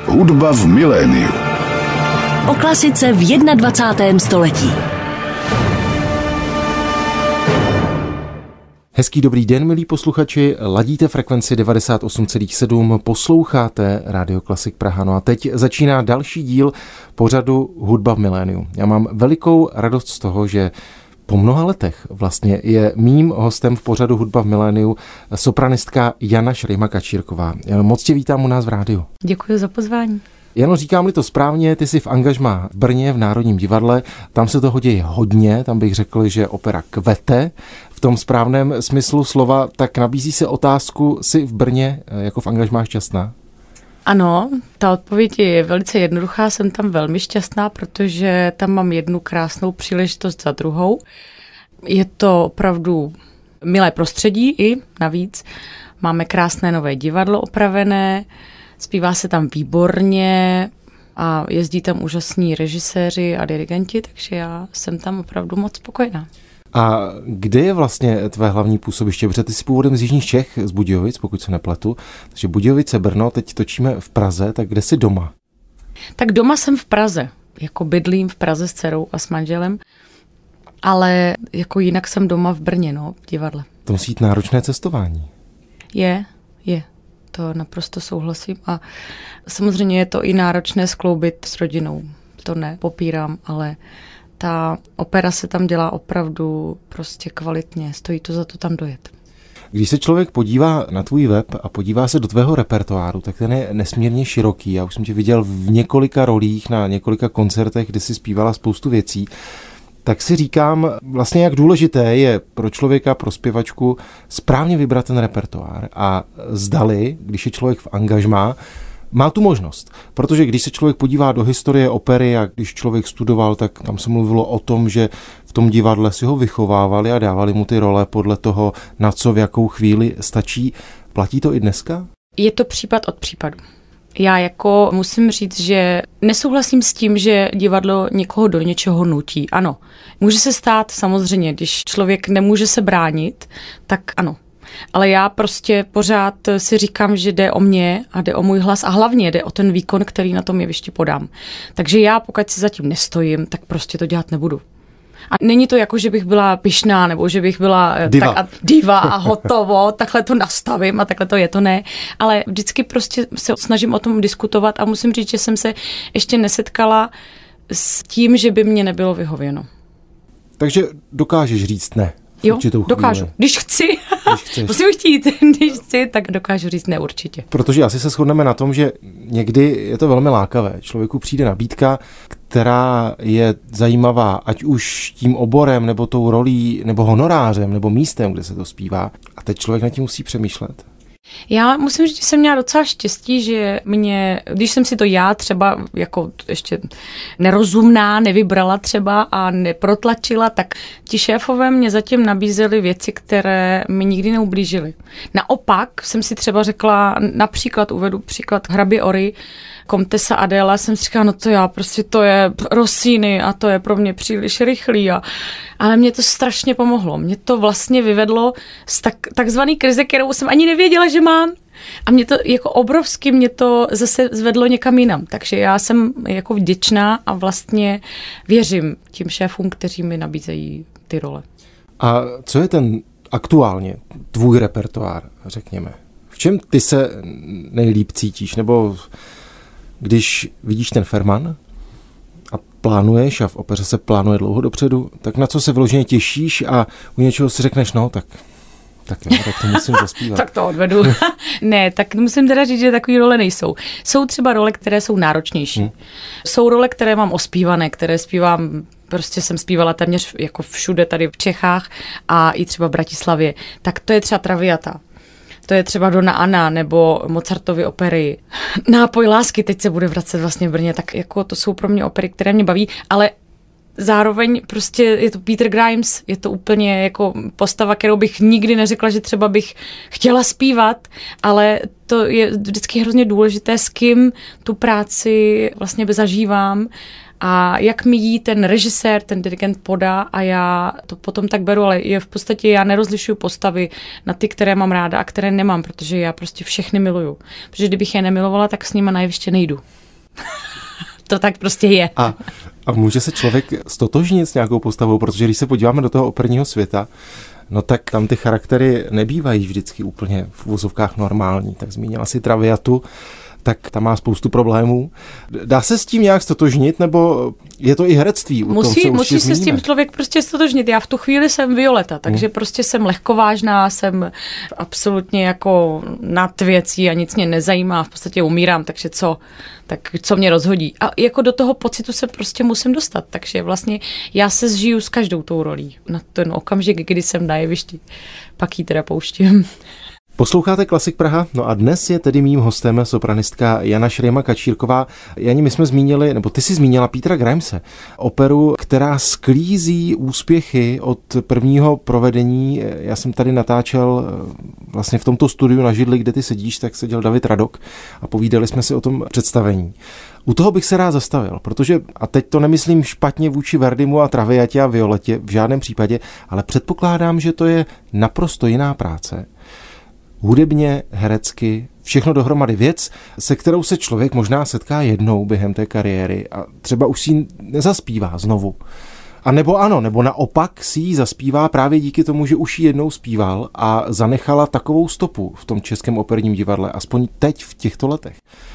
Hudba v miléniu. O klasice v 21. století. Hezký dobrý den, milí posluchači, ladíte frekvenci 98,7, posloucháte Radio Klasik Praha. No a teď začíná další díl pořadu Hudba v miléniu. Já mám velikou radost z toho, že po mnoha letech vlastně je mým hostem v pořadu Hudba v miléniu sopranistka Jana Šrejma-Kačírková. Moc tě vítám u nás v rádiu. Děkuji za pozvání. Jano, říkám-li to správně, ty jsi v angažmá v Brně, v Národním divadle, tam se toho děje hodně, tam bych řekl, že opera kvete v tom správném smyslu slova, tak nabízí se otázku, jsi v Brně jako v angažmá šťastná? Ano, ta odpověď je velice jednoduchá, jsem tam velmi šťastná, protože tam mám jednu krásnou příležitost za druhou. Je to opravdu milé prostředí i navíc, máme krásné nové divadlo opravené, zpívá se tam výborně a jezdí tam úžasní režiséři a dirigenti, takže já jsem tam opravdu moc spokojená. A kde je vlastně tvé hlavní působiště? Protože ty jsi původem z jižních Čech, z Budějovic, pokud se nepletu. Takže Budějovice, Brno, teď točíme v Praze, tak kde jsi doma? Tak doma jsem v Praze, jako bydlím v Praze s dcerou a s manželem, ale jako jinak jsem doma v Brně, v divadle. To musí jít náročné cestování. Je. To naprosto souhlasím a samozřejmě je to i náročné skloubit s rodinou. To nepopírám, ale ta opera se tam dělá opravdu prostě kvalitně. Stojí to za to tam dojet. Když se člověk podívá na tvůj web a podívá se do tvého repertoáru, tak ten je nesmírně široký. Já už jsem tě viděl v několika rolích, na několika koncertech, kde jsi zpívala spoustu věcí. Tak si říkám, vlastně jak důležité je pro člověka, pro zpěvačku správně vybrat ten repertoár a zdali, když je člověk v angažmá, má tu možnost. Protože když se člověk podívá do historie opery a když člověk studoval, tak tam se mluvilo o tom, že v tom divadle si ho vychovávali a dávali mu ty role podle toho, na co v jakou chvíli stačí. Platí to i dneska? Je to případ od případu. Já jako musím říct, že nesouhlasím s tím, že divadlo někoho do něčeho nutí. Ano, může se stát samozřejmě, když člověk nemůže se bránit, tak ano. Ale já prostě pořád si říkám, že jde o mě a jde o můj hlas a hlavně jde o ten výkon, který na tom jevišti podám. Takže já, pokud si zatím nestojím, tak prostě to dělat nebudu. A není to jako, že bych byla pyšná, nebo že bych byla diva a hotovo, takhle to nastavím a takhle to je, to ne. Ale vždycky prostě se snažím o tom diskutovat a musím říct, že jsem se ještě nesetkala s tím, že by mě nebylo vyhověno. Takže dokážeš říct ne? Jo, dokážu. Když chci, musím chtít, když chci, tak dokážu říct ne určitě. Protože asi se shodneme na tom, že někdy je to velmi lákavé. Člověku přijde nabídka, která je zajímavá, ať už tím oborem, nebo tou rolí, nebo honorářem, nebo místem, kde se to zpívá. A teď člověk nad tím musí přemýšlet. Já musím říct, že jsem měla docela štěstí, že když jsem si to já třeba jako ještě nerozumná nevybrala třeba a neprotlačila, tak ti šéfové mě zatím nabízeli věci, které mi nikdy neublížily. Naopak jsem si třeba řekla, například uvedu příklad Hrabě Ory, Komtesa Adéla, jsem si říkala, to je Rossini a to je pro mě příliš rychlý. Ale mě to strašně pomohlo. Mě to vlastně vyvedlo z takzvaný krize, kterou jsem ani nevěděla, že mám. A mě to jako obrovsky mě to zase zvedlo někam jinam. Takže já jsem jako vděčná a vlastně věřím tím šéfům, kteří mi nabízejí ty role. A co je ten aktuálně tvůj repertoár, řekněme? V čem ty se nejlíp cítíš? Nebo když vidíš ten Ferman a plánuješ, a v opeře se plánuje dlouho dopředu, tak na co se vyloženě těšíš a u něčeho si řekneš, tak to musím zaspívat. Tak to odvedu. Ne, tak musím teda říct, že takové role nejsou. Jsou třeba role, které jsou náročnější. Jsou role, které mám ospívané, které zpívám, prostě jsem zpívala téměř jako všude tady v Čechách a i třeba v Bratislavě. Tak to je třeba Traviata. To je třeba Donna Anna nebo Mozartovy opery. Nápoj lásky teď se bude vracet vlastně v Brně, tak jako to jsou pro mě opery, které mě baví, ale zároveň prostě je to Peter Grimes, je to úplně jako postava, kterou bych nikdy neřekla, že třeba bych chtěla zpívat, ale to je vždycky hrozně důležité, s kým tu práci vlastně zažívám a jak mi jí ten režisér, ten dirigent podá a já to potom tak beru, ale je v podstatě já nerozlišuju postavy na ty, které mám ráda a které nemám, protože já prostě všechny miluju. Protože kdybych je nemilovala, tak s nima na jeviště nejdu. To tak prostě je. A může se člověk stotožnit s nějakou postavou, protože když se podíváme do toho operního světa, no tak tam ty charaktery nebývají vždycky úplně v uvozovkách normální. Tak zmínila si Traviatu, tak tam má spoustu problémů. Dá se s tím nějak stotožnit, nebo je to i herectví? Musí se s tím člověk prostě stotožnit. Já v tu chvíli jsem Violeta, takže prostě jsem lehkovážná, jsem absolutně jako nad věcí a nic mě nezajímá, v podstatě umírám, takže co mě rozhodí. A jako do toho pocitu se prostě musím dostat, takže vlastně já se zžiju s každou tou rolí. Na ten okamžik, kdy jsem na jevišti, pak ji teda pouštím. Posloucháte Klasik Praha? No a dnes je tedy mým hostem sopranistka Jana Šrejma-Kačírková. Jani, my jsme zmínili, nebo ty jsi zmínila Petera Grimese, operu, která sklízí úspěchy od prvního provedení. Já jsem tady natáčel vlastně v tomto studiu na židli, kde ty sedíš, tak seděl David Radok a povídali jsme si o tom představení. U toho bych se rád zastavil, protože, a teď to nemyslím špatně vůči Verdimu a Traviatě a Violetě, v žádném případě, ale předpokládám, že to je naprosto jiná práce. Hudebně, herecky, všechno dohromady věc, se kterou se člověk možná setká jednou během té kariéry a třeba už si ji nezaspívá znovu. A nebo ano, nebo naopak si ji zaspívá právě díky tomu, že už ji jednou zpíval a zanechala takovou stopu v tom Českém operním divadle, aspoň teď v těchto letech.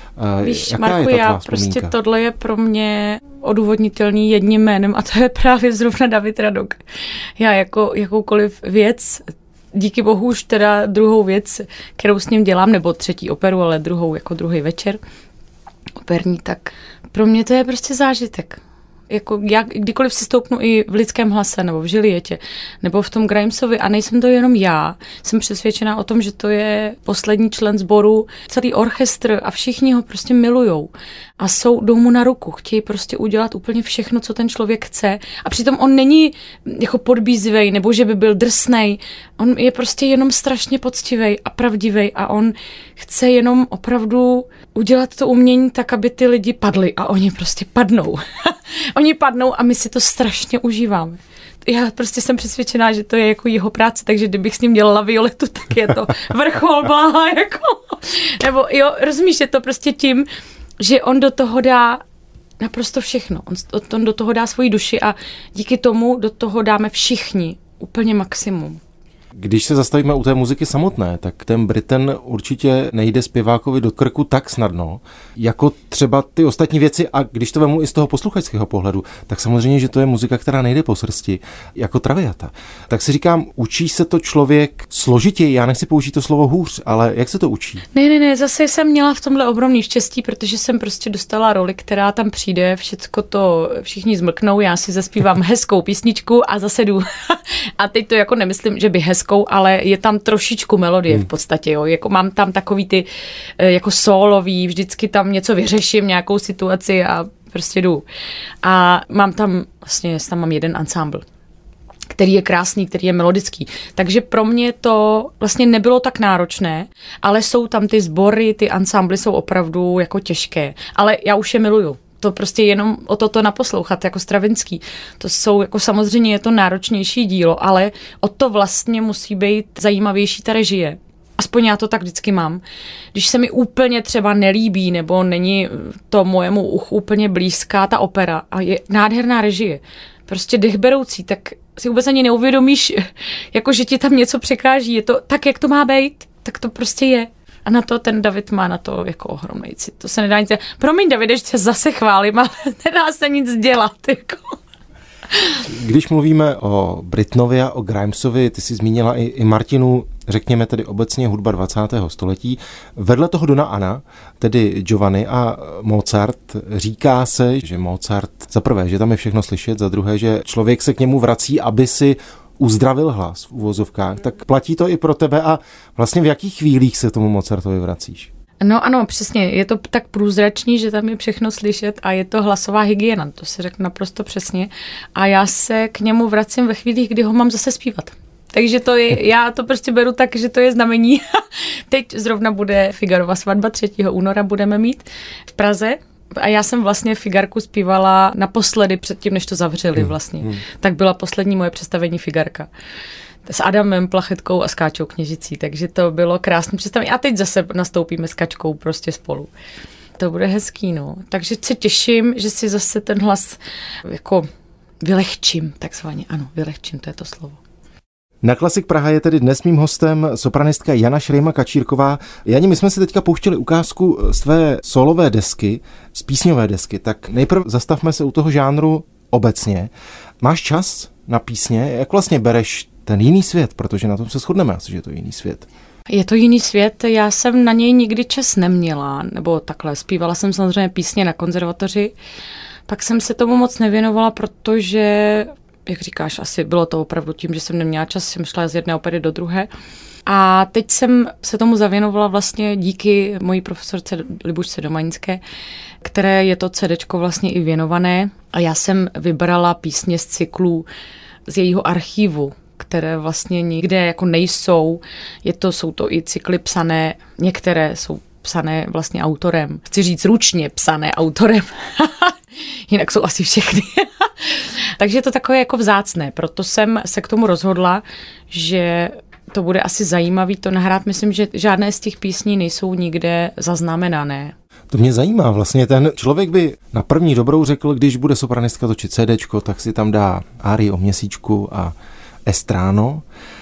Víš, Marku, já prostě tohle je pro mě odůvodnitelný jedním jménem a to je právě zrovna David Radok. Já jako jakoukoliv věc, díky bohu už teda druhou věc, kterou s ním dělám, nebo třetí operu, ale druhou jako druhý večer operní, tak pro mě to je prostě zážitek. Jako já kdykoliv si stoupnu i v Lidském hlase, nebo v Žilietě, nebo v tom Grimesovi a nejsem to jenom já, jsem přesvědčená o tom, že to je poslední člen sboru, celý orchestr a všichni ho prostě milujou a jdou mu na ruku, chtějí prostě udělat úplně všechno, co ten člověk chce a přitom on není jako podbízivej, nebo že by byl drsnej, on je prostě jenom strašně poctivej a pravdivej a on chce jenom opravdu udělat to umění tak, aby ty lidi padli a oni prostě padnou. Oni padnou a my si to strašně užíváme. Já prostě jsem přesvědčená, že to je jako jeho práce, takže kdybych s ním dělala Violetu, tak je to vrchol bláha, jako. Nebo jo, rozumíš, je to prostě tím, že on do toho dá naprosto všechno. On do toho dá svoji duši a díky tomu do toho dáme všichni úplně maximum. Když se zastavíme u té muziky samotné, tak ten Britten určitě nejde zpěvákovi do krku tak snadno, jako třeba ty ostatní věci, a když to vemu i z toho posluchačského pohledu, tak samozřejmě, že to je muzika, která nejde po srsti, jako Traviata. Tak si říkám, učí se to člověk složitěji, já nechci použít to slovo hůř, ale jak se to učí? Ne, zase jsem měla v tomhle ohromný štěstí, protože jsem prostě dostala roli, která tam přijde, všecko to všichni zmlknou, já si zaspívám hezkou písničku a zase jdu. A teď to jako nemyslím, že by hezkou, ale je tam trošičku melodie v podstatě, jo. Jako mám tam takový ty jako sólový, vždycky tam něco vyřeším, nějakou situaci a prostě jdu. A mám tam mám jeden ansámbl, který je krásný, který je melodický. Takže pro mě to vlastně nebylo tak náročné, ale jsou tam ty sbory, ty ansámbly jsou opravdu jako těžké. Ale já už je miluju. To prostě jenom o toto naposlouchat, jako Stravinský. To jsou, jako samozřejmě je to náročnější dílo, ale o to vlastně musí být zajímavější ta režie. Aspoň já to tak vždycky mám. Když se mi úplně třeba nelíbí, nebo není to mojemu uchu úplně blízká ta opera a je nádherná režie, prostě dechberoucí, tak si vůbec ani neuvědomíš, jako že ti tam něco překáží. Je to tak, jak to má být, tak to prostě je. A na to ten David má na to jako ohromný cit. To se nedá nic. Promiň, Davide, že se zase chválím, ale nedá se nic dělat. Jako. Když mluvíme o Brittenovi a o Grimesovi, ty jsi zmínila i Martinu, řekněme tedy obecně hudba 20. století. Vedle toho Dona Anna, tedy Giovanni a Mozart, říká se, že Mozart, za prvé, že tam je všechno slyšet, za druhé, že člověk se k němu vrací, aby si uzdravil hlas v uvozovkách. Tak platí to i pro tebe a vlastně v jakých chvílích se tomu Mozartovi vracíš? No ano, přesně. Je to tak průzračný, že tam je všechno slyšet a je to hlasová hygiena. To se řekne naprosto přesně. A já se k němu vracím ve chvílích, kdy ho mám zase zpívat. Takže to je, já to prostě beru tak, že to je znamení. Teď zrovna bude Figarova svatba, 3. února budeme mít v Praze. A já jsem vlastně Figarku zpívala naposledy předtím, než to zavřeli vlastně. Tak byla poslední moje představení Figarka. S Adamem Plachetkou a s Káčou Kněžicí, takže to bylo krásné představení. A teď zase nastoupíme s Kačkou prostě spolu. To bude hezký, no. Takže se těším, že si zase ten hlas jako vylehčím, takzvaně. Ano, vylehčím, to je to slovo. Na Klasik Praha je tedy dnes mým hostem sopranistka Jana Šrejma-Kačírková. Jani, my jsme si teďka pouštěli ukázku z tvé solové desky, z písňové desky, tak nejprve zastavme se u toho žánru obecně. Máš čas na písně? Jak vlastně bereš ten jiný svět? Protože na tom se shodneme asi, že je to jiný svět. Je to jiný svět, já jsem na něj nikdy čas neměla, nebo takhle, zpívala jsem samozřejmě písně na konzervatoři, pak jsem se tomu moc nevěnovala, protože, jak říkáš, asi bylo to opravdu tím, že jsem neměla čas, jsem šla z jedné opery do druhé. A teď jsem se tomu zavěnovala vlastně díky mojí profesorce Libušce Domaňské, které je to CDčko vlastně i věnované. A já jsem vybrala písně z cyklů z jejího archivu, které vlastně nikde jako nejsou. Jsou to i cykly psané, některé jsou psané vlastně autorem. Chci říct ručně psané autorem. Jinak jsou asi všechny. Takže je to takové jako vzácné. Proto jsem se k tomu rozhodla, že to bude asi zajímavý to nahrát. Myslím, že žádné z těch písní nejsou nikde zaznamenané. To mě zajímá. Vlastně ten člověk by na první dobrou řekl, když bude sopranistka točit CDčko, tak si tam dá árii o měsíčku a Estráno.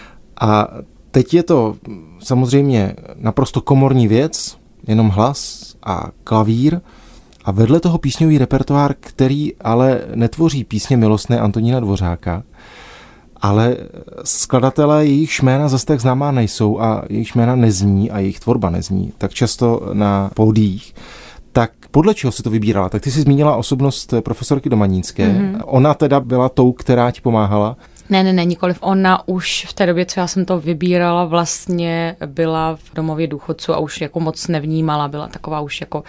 A teď je to samozřejmě naprosto komorní věc, jenom hlas a klavír a vedle toho písňový repertoár, který ale netvoří písně milostné Antonína Dvořáka, ale skladatelé, jejich jména zase tak známá nejsou a jejich jména nezní a jejich tvorba nezní tak často na pódiích. Tak podle čeho si to vybírala? Tak ty jsi zmínila osobnost profesorky Domanínské. Mm-hmm. Ona teda byla tou, která ti pomáhala? Ne, nikoliv. Ona už v té době, co já jsem to vybírala, vlastně byla v domově důchodců a už jako moc nevnímala. Byla taková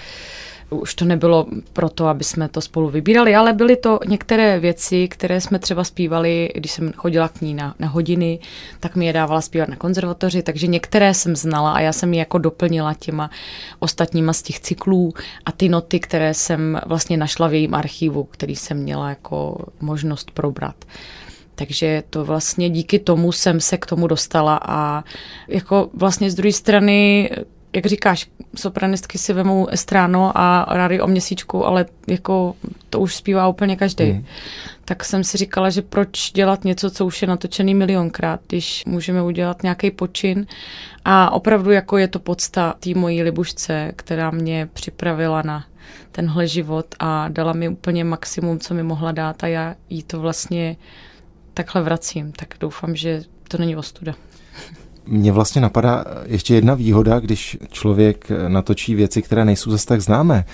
už to nebylo proto, aby jsme to spolu vybírali, ale byly to některé věci, které jsme třeba zpívali, když jsem chodila k ní na hodiny, tak mi je dávala zpívat na konzervatoři, takže některé jsem znala a já jsem ji jako doplnila těma ostatníma z těch cyklů a ty noty, které jsem vlastně našla v jejím archivu, který jsem měla jako možnost probrat. Takže to vlastně díky tomu jsem se k tomu dostala a jako vlastně z druhé strany, jak říkáš, sopranistky si vemou Estráno a Ráry o měsíčku, ale jako to už zpívá úplně každý. Tak jsem si říkala, že proč dělat něco, co už je natočený milionkrát, když můžeme udělat nějaký počin. A opravdu jako je to podsta té mojí Libušce, která mě připravila na tenhle život a dala mi úplně maximum, co mi mohla dát a já jí to vlastně takhle vracím. Tak doufám, že to není ostuda. Mně vlastně napadá ještě jedna výhoda, když člověk natočí věci, které nejsou zase tak známé,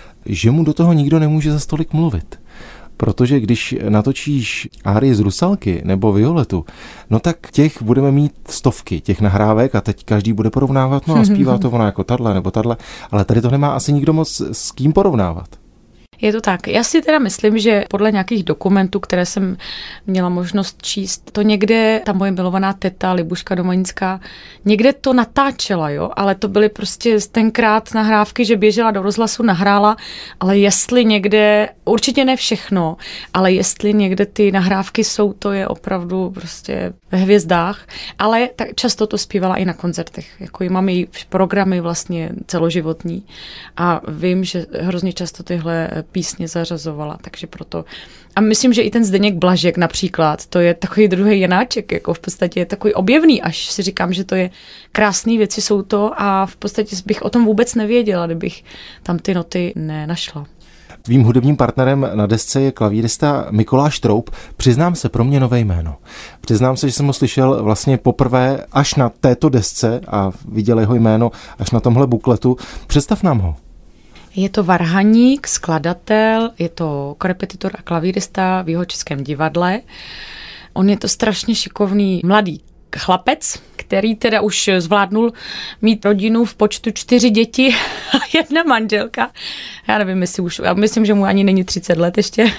že mu do toho nikdo nemůže zas tolik mluvit. Protože když natočíš árii z Rusalky nebo Violetu, no tak těch budeme mít stovky těch nahrávek a teď každý bude porovnávat, no a zpívá to ona jako tadle nebo tadle, ale tady to nemá asi nikdo moc s kým porovnávat. Je to tak. Já si teda myslím, že podle nějakých dokumentů, které jsem měla možnost číst, to někde, ta moje milovaná teta Libuška Domaňská, někde to natáčela, jo, ale to byly prostě tenkrát nahrávky, že běžela do rozhlasu, nahrála, ale jestli někde, určitě ne všechno, ale jestli někde ty nahrávky jsou, to je opravdu prostě ve hvězdách, ale tak často to zpívala i na koncertech, jako mám její programy vlastně celoživotní a vím, že hrozně často tyhle písně zařazovala, takže proto. A myslím, že i ten Zdeněk Blažek například, to je takový druhý Janáček, jako v podstatě je takový objevný, až si říkám, že to je krásný věci jsou to a v podstatě bych o tom vůbec nevěděla, kdybych tam ty noty nenašla. Tvým hudebním partnerem na desce je klavírista Mikoláš Troup. Přiznám se, pro mě nové jméno. Přiznám se, že jsem ho slyšel vlastně poprvé až na této desce a viděl jeho jméno až na tomhle bukletu. Představ nám ho. Je to varhaník, skladatel, je to korepetitor a klavírista v Jihočeském divadle. On je to strašně šikovný mladý chlapec, který teda už zvládnul mít rodinu v počtu 4 děti a 1 manželka. Já nevím, já myslím, že mu ani není 30 let ještě.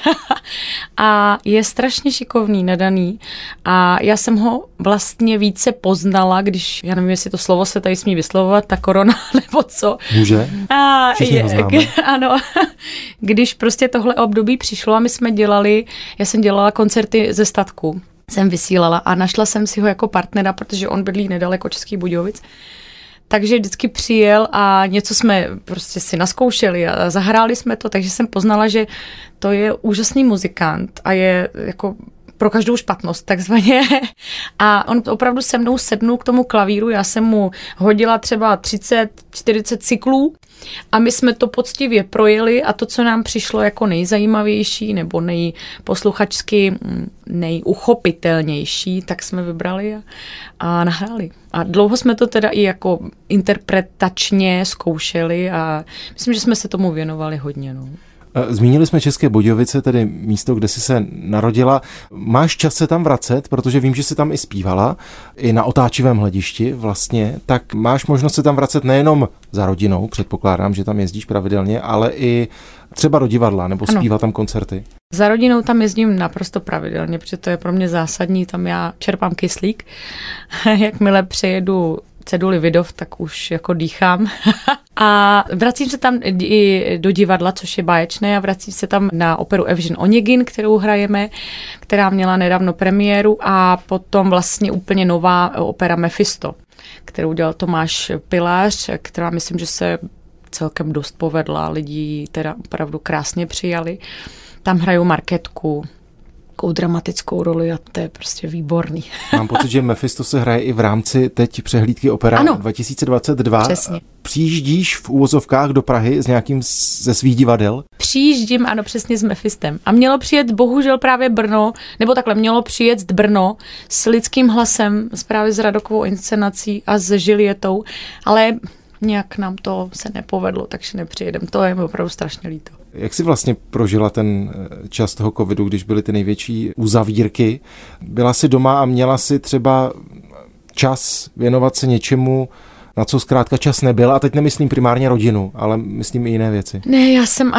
A je strašně šikovný, nadaný. A já jsem ho vlastně více poznala, když, já nevím, jestli to slovo se tady smí vyslovovat, ta korona nebo co. Může? Všichni ho známe. Ano. Když prostě tohle období přišlo a já jsem dělala koncerty ze statku. Jsem vysílala a našla jsem si ho jako partnera, protože on bydlí nedaleko Českých Budějovic. takže vždycky přijel a něco jsme prostě si naskoušeli a zahráli jsme to, takže jsem poznala, že to je úžasný muzikant a je jako pro každou špatnost, takzvaně. A on opravdu se mnou sednul k tomu klavíru, já jsem mu hodila třeba 30-40 cyklů a my jsme to poctivě projeli a to, co nám přišlo jako nejzajímavější nebo nejposluchačsky nejuchopitelnější, tak jsme vybrali a nahráli. A dlouho jsme to teda i jako interpretačně zkoušeli a myslím, že jsme se tomu věnovali hodně. No. Zmínili jsme České Budějovice, tedy místo, kde jsi se narodila. Máš čas se tam vracet, protože vím, že jsi tam i zpívala, i na Otáčivém hledišti vlastně, tak máš možnost se tam vracet nejenom za rodinou, předpokládám, že tam jezdíš pravidelně, ale i třeba do divadla nebo zpívat tam koncerty. Za rodinou tam jezdím naprosto pravidelně, protože to je pro mě zásadní, tam já čerpám kyslík. Jakmile přejedu ceduli Vidov, tak už jako dýchám. A vracím se tam i do divadla, což je báječné, a vracím se tam na operu Evžen Onegin, kterou hrajeme, která měla nedávno premiéru, a potom vlastně úplně nová opera Mephisto, kterou dělal Tomáš Pilář, která myslím, že se celkem dost povedla, lidi teda opravdu krásně přijali. Tam hrajou Markétku, takovou dramatickou roli a to je prostě výborný. Mám pocit, že Mephisto se hraje i v rámci teď přehlídky opera 2022. Přesně. Přijíždíš v úvozovkách do Prahy s nějakým ze svých divadel? Přijíždím, ano, přesně s Mephistem. A mělo přijet bohužel právě Brno, nebo takhle, mělo přijet Brno s Lidským hlasem, právě s Radokovou inscenací a s Julietou, ale nějak nám to se nepovedlo, takže nepřijedem. To je mi opravdu strašně líto. Jak jsi vlastně prožila ten čas toho covidu, když byly ty největší uzavírky? Byla jsi doma a měla si třeba čas věnovat se něčemu, na co zkrátka čas nebyl? A teď nemyslím primárně rodinu, ale myslím i jiné věci. Ne,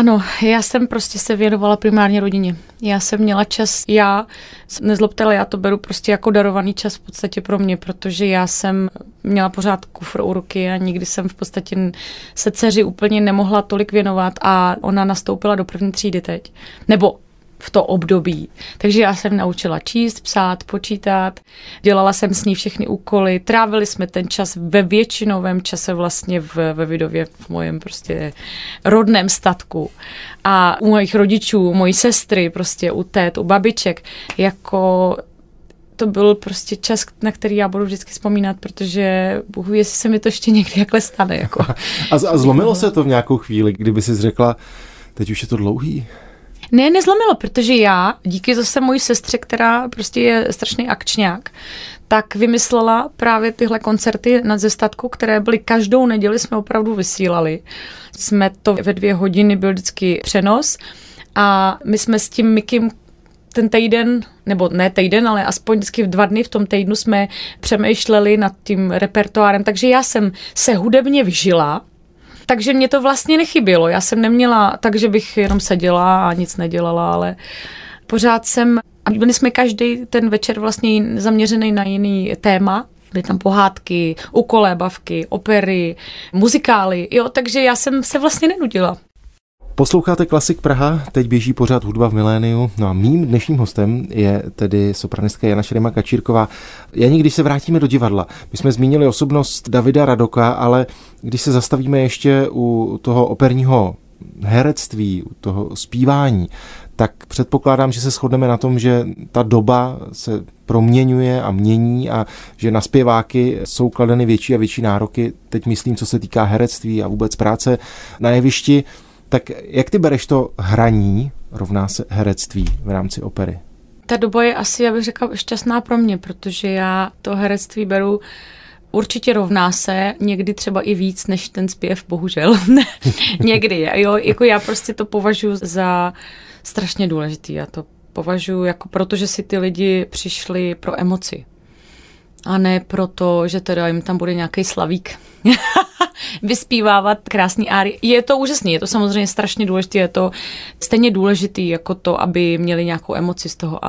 já jsem prostě se věnovala primárně rodině. Já jsem měla čas, nezlobte, ale já to beru prostě jako darovaný čas v podstatě pro mě, protože já jsem měla pořád kufr u ruky a nikdy jsem v podstatě se dceři úplně nemohla tolik věnovat a ona nastoupila do 1. třídy teď. Nebo v to období. Takže já jsem naučila číst, psát, počítat, dělala jsem s ní všechny úkoly, trávili jsme ten čas ve většinovém čase vlastně ve Vidově, v mojem prostě rodném statku. A u mojich rodičů, mojí sestry, prostě u tét, u babiček, jako to byl prostě čas, na který já budu vždycky vzpomínat, protože Bůh ví, jestli se mi to ještě někdy jakhle stane. Jako. A zlomilo se to v nějakou chvíli, kdyby jsi řekla, teď už je to dlouhý? Ne, nezlomilo, protože já, díky zase mojí sestře, která prostě je strašný akčňák, tak vymyslela právě tyhle koncerty na Zestatku, které byly každou neděli, jsme opravdu vysílali. Jsme to ve 2 hodiny, byl vždycky přenos a my jsme s tím Mikim ten týden, nebo ne týden, ale aspoň vždycky v 2 dny v tom týdnu jsme přemýšleli nad tím repertoárem, takže já jsem se hudebně vyžila. Takže mě to vlastně nechybělo. Já jsem neměla tak, že bych jenom seděla a nic nedělala, ale pořád a byli jsme každý ten večer vlastně zaměřený na jiný téma. Byly tam pohádky, ukolébavky, opery, muzikály, takže já jsem se vlastně nenudila. Posloucháte Klasik Praha, teď běží pořád Hudba v miléniu. No a mým dnešním hostem je tedy sopranistka Jana Šerima Kačírková. Jani, když se vrátíme do divadla, my jsme zmínili osobnost Davida Radoka, ale když se zastavíme ještě u toho operního herectví, u toho zpívání, tak předpokládám, že se shodneme na tom, že ta doba se proměňuje a mění a že na zpěváky jsou kladeny větší a větší nároky. Teď myslím, co se týká herectví a vůbec práce na jevišti. Tak jak ty bereš to hraní rovná se herectví v rámci opery? Ta doba je asi, já bych řekla, šťastná pro mě, protože já to herectví beru určitě rovná se, někdy třeba i víc než ten zpěv, bohužel. Někdy, jo, jako já prostě to považuji za strašně důležitý. Já to považuji jako proto, že si ty lidi přišli pro emoci. A ne proto, že teda jim tam bude nějaký slavík vyspívávat krásný áry. Je to úžasný, je to samozřejmě strašně důležité, je to stejně důležitý jako to, aby měli nějakou emoci z toho,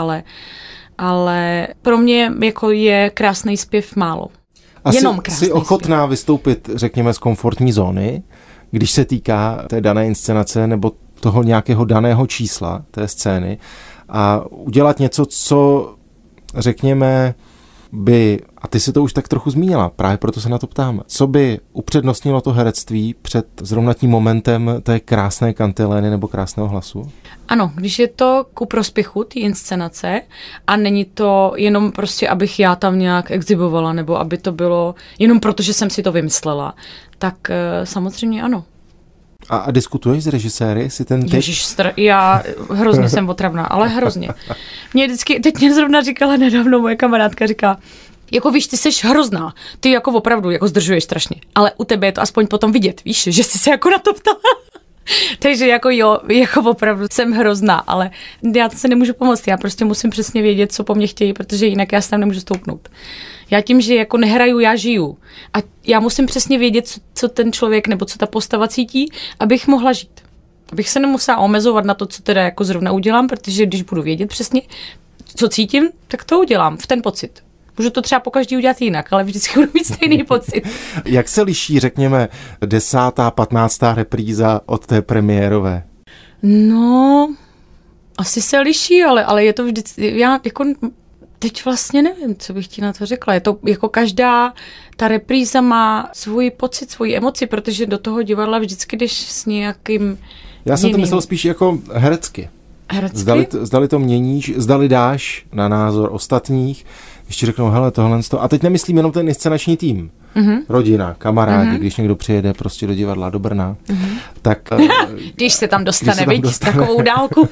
ale pro mě jako je krásný zpěv málo. Jenom krásný jsi ochotná zpěv. Vystoupit, řekněme, z komfortní zóny, když se týká té dané inscenace nebo toho nějakého daného čísla té scény a udělat něco, co řekněme by, a ty si to už tak trochu zmínila, právě proto se na to ptám, co by upřednostnilo to herectví před zrovna tím momentem té krásné kantilény nebo krásného hlasu? Ano, když je to ku prospěchu té inscenace a není to jenom prostě, abych já tam nějak exhibovala, nebo aby to bylo jenom proto, že jsem si to vymyslela, tak samozřejmě ano. A diskutuješ s režiséry, si ten typ? Ježiš, já hrozně jsem otravná, ale hrozně. Teď mě zrovna říkala nedávno, moje kamarádka říká, jako víš, ty seš hrozná, ty jako opravdu jako zdržuješ strašně, ale u tebe je to aspoň potom vidět, víš, že jsi se jako na to ptala. Takže jako jo, jako opravdu jsem hrozná, ale já se nemůžu pomoct, já prostě musím přesně vědět, co po mně chtějí, protože jinak já se tam nemůžu stoupnout. Já tím, že jako nehraju, já žiju. A já musím přesně vědět, co ten člověk nebo co ta postava cítí, abych mohla žít. Abych se nemusela omezovat na to, co teda jako zrovna udělám, protože když budu vědět přesně, co cítím, tak to udělám, v ten pocit. Můžu to třeba pokaždý udělat jinak, ale vždycky budu mít stejný pocit. Jak se liší, řekněme, 10., 15. repríza od té premiérové? No, asi se liší, ale je to vždycky, já jako teď vlastně nevím, co bych ti na to řekla. Je to jako každá ta repríza má svůj pocit, svoji emoci, protože do toho divadla vždycky jdeš s nějakým Já jsem to myslel spíš jako herecky. Herecky? Zdali to měníš, zdali dáš na názor ostatních, ještě řeknou, hele, tohle. A teď nemyslím jenom ten inscenační tým. Rodina, kamarádi, když někdo přijede prostě do divadla do Brna, tak... Když se tam dostane, vidíš, takovou dálku.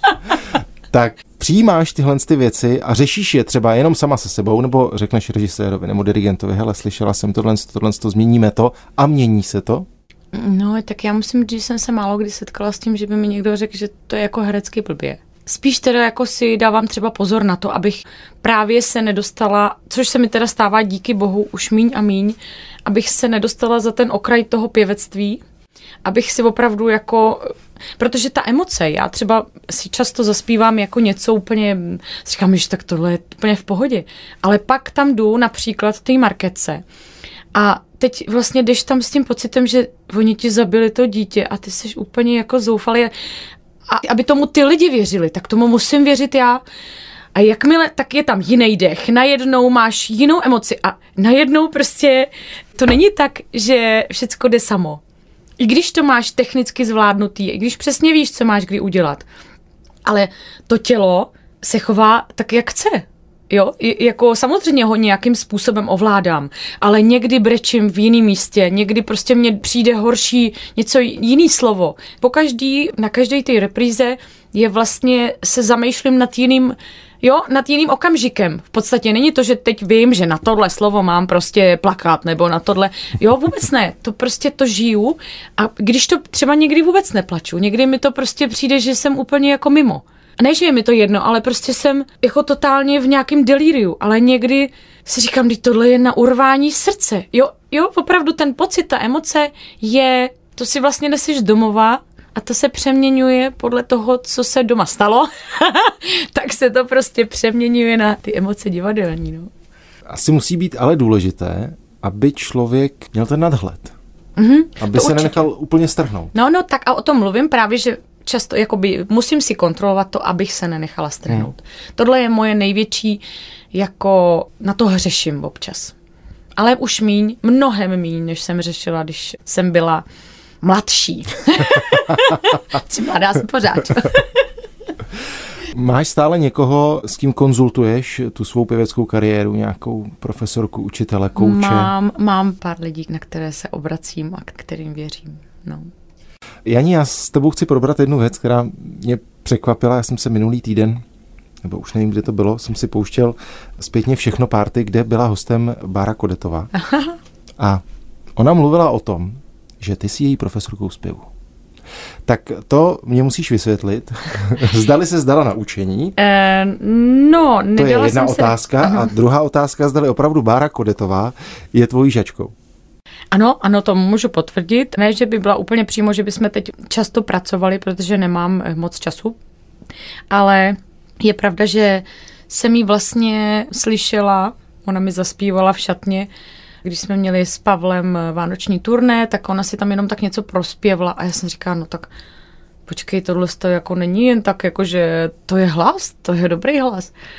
Tak přijímáš tyhle ty věci a řešíš je třeba jenom sama se sebou, nebo řekneš režisérovi nebo dirigentovi, hele, slyšela jsem tohle, změníme to a mění se to? No, tak já musím říct, že jsem se málo kdy setkala s tím, že by mi někdo řekl, že to je jako herecky blbě. Spíš teda jako si dávám třeba pozor na to, abych právě se nedostala, což se mi teda stává díky bohu už míň a míň, abych se nedostala za ten okraj toho pěvectví, abych si opravdu jako, protože ta emoce, já třeba si často zaspívám jako něco úplně, říkám, že tak tohle je úplně v pohodě, ale pak tam jdu například v té marketce a teď vlastně jdeš tam s tím pocitem, že oni ti zabili to dítě a ty jsi úplně jako zoufalý. A aby tomu ty lidi věřili, tak tomu musím věřit já. A jakmile, tak je tam jiný dech. Najednou máš jinou emoci a najednou prostě to není tak, že všecko jde samo. I když to máš technicky zvládnutý, i když přesně víš, co máš kdy udělat. Ale to tělo se chová tak, jak chce. Jo, jako samozřejmě ho nějakým způsobem ovládám, ale někdy brečím v jiném místě, někdy prostě mně přijde horší něco jiný slovo. Na každé té repríze je vlastně se zamýšlím nad jiným okamžikem. V podstatě není to, že teď vím, že na tohle slovo mám prostě plakát nebo na tohle. Jo, vůbec ne. To prostě to žiju a když to třeba někdy vůbec neplaču, někdy mi to prostě přijde, že jsem úplně jako mimo. A ne, že je mi to jedno, ale prostě jsem jako totálně v nějakém delíriu, ale někdy si říkám, že tohle je na urvání srdce. Jo, opravdu ten pocit, ta emoce je, to si vlastně neseš domova a to se přeměňuje podle toho, co se doma stalo, tak se to prostě přeměňuje na ty emoce divadelní. No. Asi musí být ale důležité, aby člověk měl ten nadhled. Aby se nenechal úplně strhnout. No, tak a o tom mluvím právě, že často jakoby musím si kontrolovat to, abych se nenechala strhnout. Tohle je moje největší, jako na to hřeším občas. Ale už mnohem míň, než jsem řešila, když jsem byla mladší. Mladá jsem pořád. Máš stále někoho, s kým konzultuješ tu svou pěveckou kariéru, nějakou profesorku, učitele, kouče? Mám pár lidí, na které se obracím a kterým věřím. No. Jani, já s tebou chci probrat jednu věc, která mě překvapila. Já jsem se minulý týden, nebo už nevím, kde to bylo, jsem si pouštěl zpětně Všechno party, kde byla hostem Bára Kodetová. A ona mluvila o tom, že ty jsi její profesorkou zpěvu. Tak to mě musíš vysvětlit. Zdali se zdala na učení? No, to je jedna otázka. A druhá otázka, zdali opravdu Bára Kodetová je tvojí žačkou. Ano, to můžu potvrdit. Ne, že by byla úplně přímo, že bychom teď často pracovali, protože nemám moc času. Ale je pravda, že jsem jí vlastně slyšela, ona mi zaspívala v šatně, když jsme měli s Pavlem vánoční turné, tak ona si tam jenom tak něco prospěvla a já jsem říkala, no tak počkej, tohle to jako není jen tak, jako že to je hlas, to je dobrý hlas.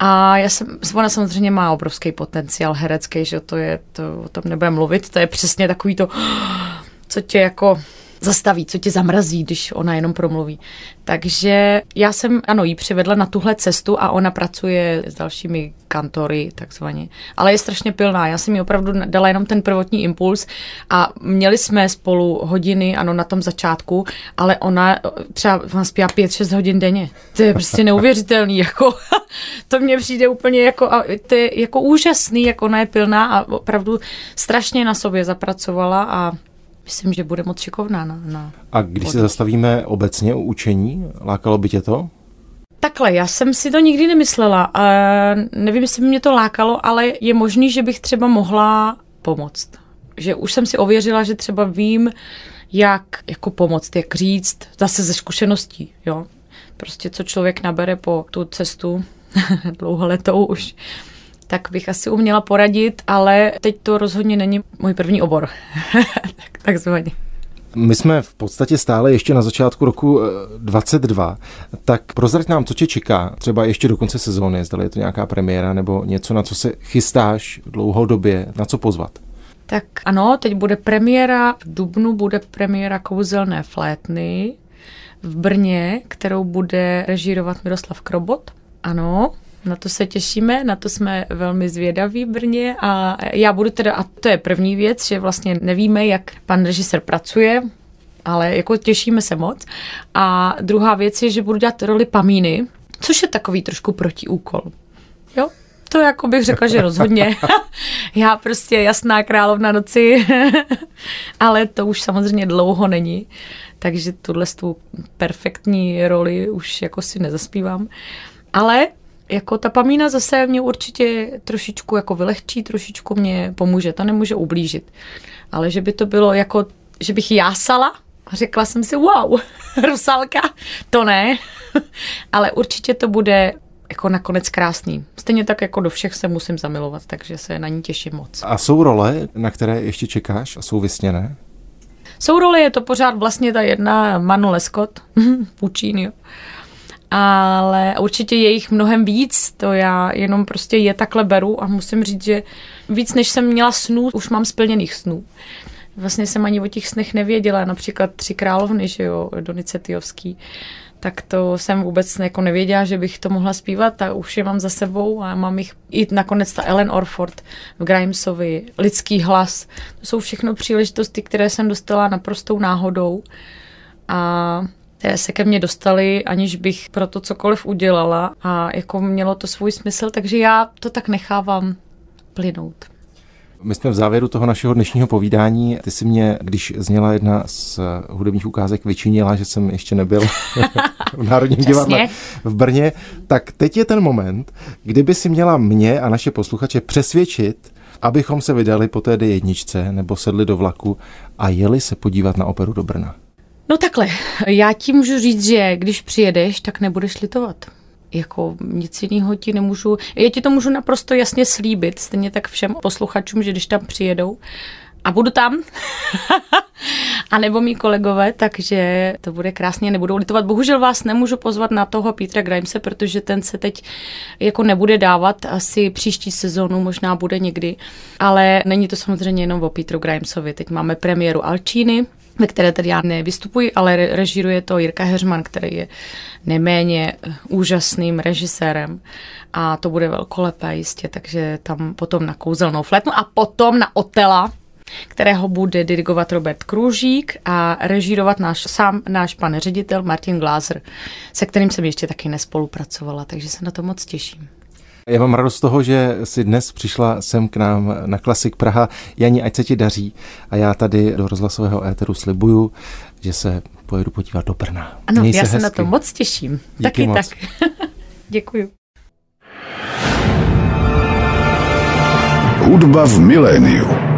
A ona samozřejmě má obrovský potenciál herecký, že o tom nebudeme mluvit, to je přesně takový to, co tě jako zastaví, co tě zamrazí, když ona jenom promluví. Takže já jsem, jí přivedla na tuhle cestu a ona pracuje s dalšími kantory, takzvaně. Ale je strašně pilná. Já jsem jí opravdu dala jenom ten prvotní impuls a měli jsme spolu hodiny, na tom začátku, ale ona třeba zpívá 5-6 hodin denně. To je prostě neuvěřitelný, jako to mně přijde úplně to je jako úžasný, jak ona je pilná a opravdu strašně na sobě zapracovala a myslím, že bude moc šikovná na A když se zastavíme obecně u učení, lákalo by tě to? Takhle, já jsem si to nikdy nemyslela. Nevím, jestli by mě to lákalo, ale je možný, že bych třeba mohla pomoct. Že už jsem si ověřila, že třeba vím, jak jako pomoct, jak říct, zase ze zkušeností, jo. Prostě co člověk nabere po tu cestu, dlouholetou už, tak bych asi uměla poradit, ale teď to rozhodně není můj první obor. Takzvaně. My jsme v podstatě stále ještě na začátku roku 2022, tak prozrať nám, co tě čeká, třeba ještě do konce sezóny, zdali je to nějaká premiéra nebo něco, na co se chystáš dlouhodobě, na co pozvat. Tak ano, teď bude premiéra, v dubnu bude premiéra Kouzelné flétny v Brně, kterou bude režírovat Miroslav Krobot. Ano, na to se těšíme, na to jsme velmi zvědaví v Brně a já budu teda, a to je první věc, že vlastně nevíme, jak pan režisér pracuje, ale jako těšíme se moc. A druhá věc je, že budu dělat roli Pamíny, což je takový trošku protiúkol. Jo? To jako bych řekla, že rozhodně. Já prostě jasná královna noci, ale to už samozřejmě dlouho není, takže tu perfektní roli už jako si nezaspívám. Ale jako ta Pamína zase mě určitě trošičku jako vylehčí, trošičku mě pomůže, to nemůže ublížit. Ale že by to bylo jako, že bych jásala a řekla jsem si, wow, Rusalka, to ne. Ale určitě to bude jako nakonec krásný. Stejně tak jako do všech se musím zamilovat, takže se na ní těším moc. A jsou role, na které ještě čekáš a jsou vysněné? Jsou role, je to pořád vlastně ta jedna Manu Lescott, Puccini, jo. Ale určitě je jich mnohem víc, to já jenom prostě je takhle beru a musím říct, že víc než jsem měla snů, už mám splněných snů. Vlastně jsem ani o těch snech nevěděla, například 3 královny, že jo, Donizettiovský, tak to jsem vůbec jako nevěděla, že bych to mohla zpívat a už je mám za sebou a mám jich i nakonec ta Ellen Orford v Grimesovi, Lidský hlas. To jsou všechno příležitosti, které jsem dostala naprostou náhodou a které se ke mně dostaly, aniž bych pro to cokoliv udělala a jako mělo to svůj smysl, takže já to tak nechávám plynout. My jsme v závěru toho našeho dnešního povídání, ty si mě, když zněla jedna z hudebních ukázek, vyčinila, že jsem ještě nebyl v Národním divadle v Brně, tak teď je ten moment, kdyby si měla mě a naše posluchače přesvědčit, abychom se vydali po té D1 nebo sedli do vlaku a jeli se podívat na operu do Brna. No takhle, já ti můžu říct, že když přijedeš, tak nebudeš litovat. Jako nic jiného ti nemůžu, já ti to můžu naprosto jasně slíbit, stejně tak všem posluchačům, že když tam přijedou a budu tam, a nebo mý kolegové, takže to bude krásně, nebudou litovat. Bohužel vás nemůžu pozvat na toho Petera Grimese, protože ten se teď jako nebude dávat, asi příští sezónu, možná bude někdy, ale není to samozřejmě jenom o Petru Grimesovi. Teď máme premiéru Alcíny, ve které tedy já nevystupuji, ale režíruje to Jirka Heřman, který je neméně úžasným režisérem a to bude velkolepé jistě, takže tam potom na Kouzelnou flétnu a potom na Otela, kterého bude dirigovat Robert Krůžík a režírovat náš pan ředitel Martin Glázer, se kterým jsem ještě taky nespolupracovala, takže se na to moc těším. Já mám radost z toho, že jsi dnes přišla sem k nám na Klasik Praha. Jani, ať se ti daří a já tady do rozhlasového éteru slibuju, že se pojedu podívat do Brna. Ano, já se na to moc těším. Díky taky moc. Tak. Děkuju. Hudba v miléniu.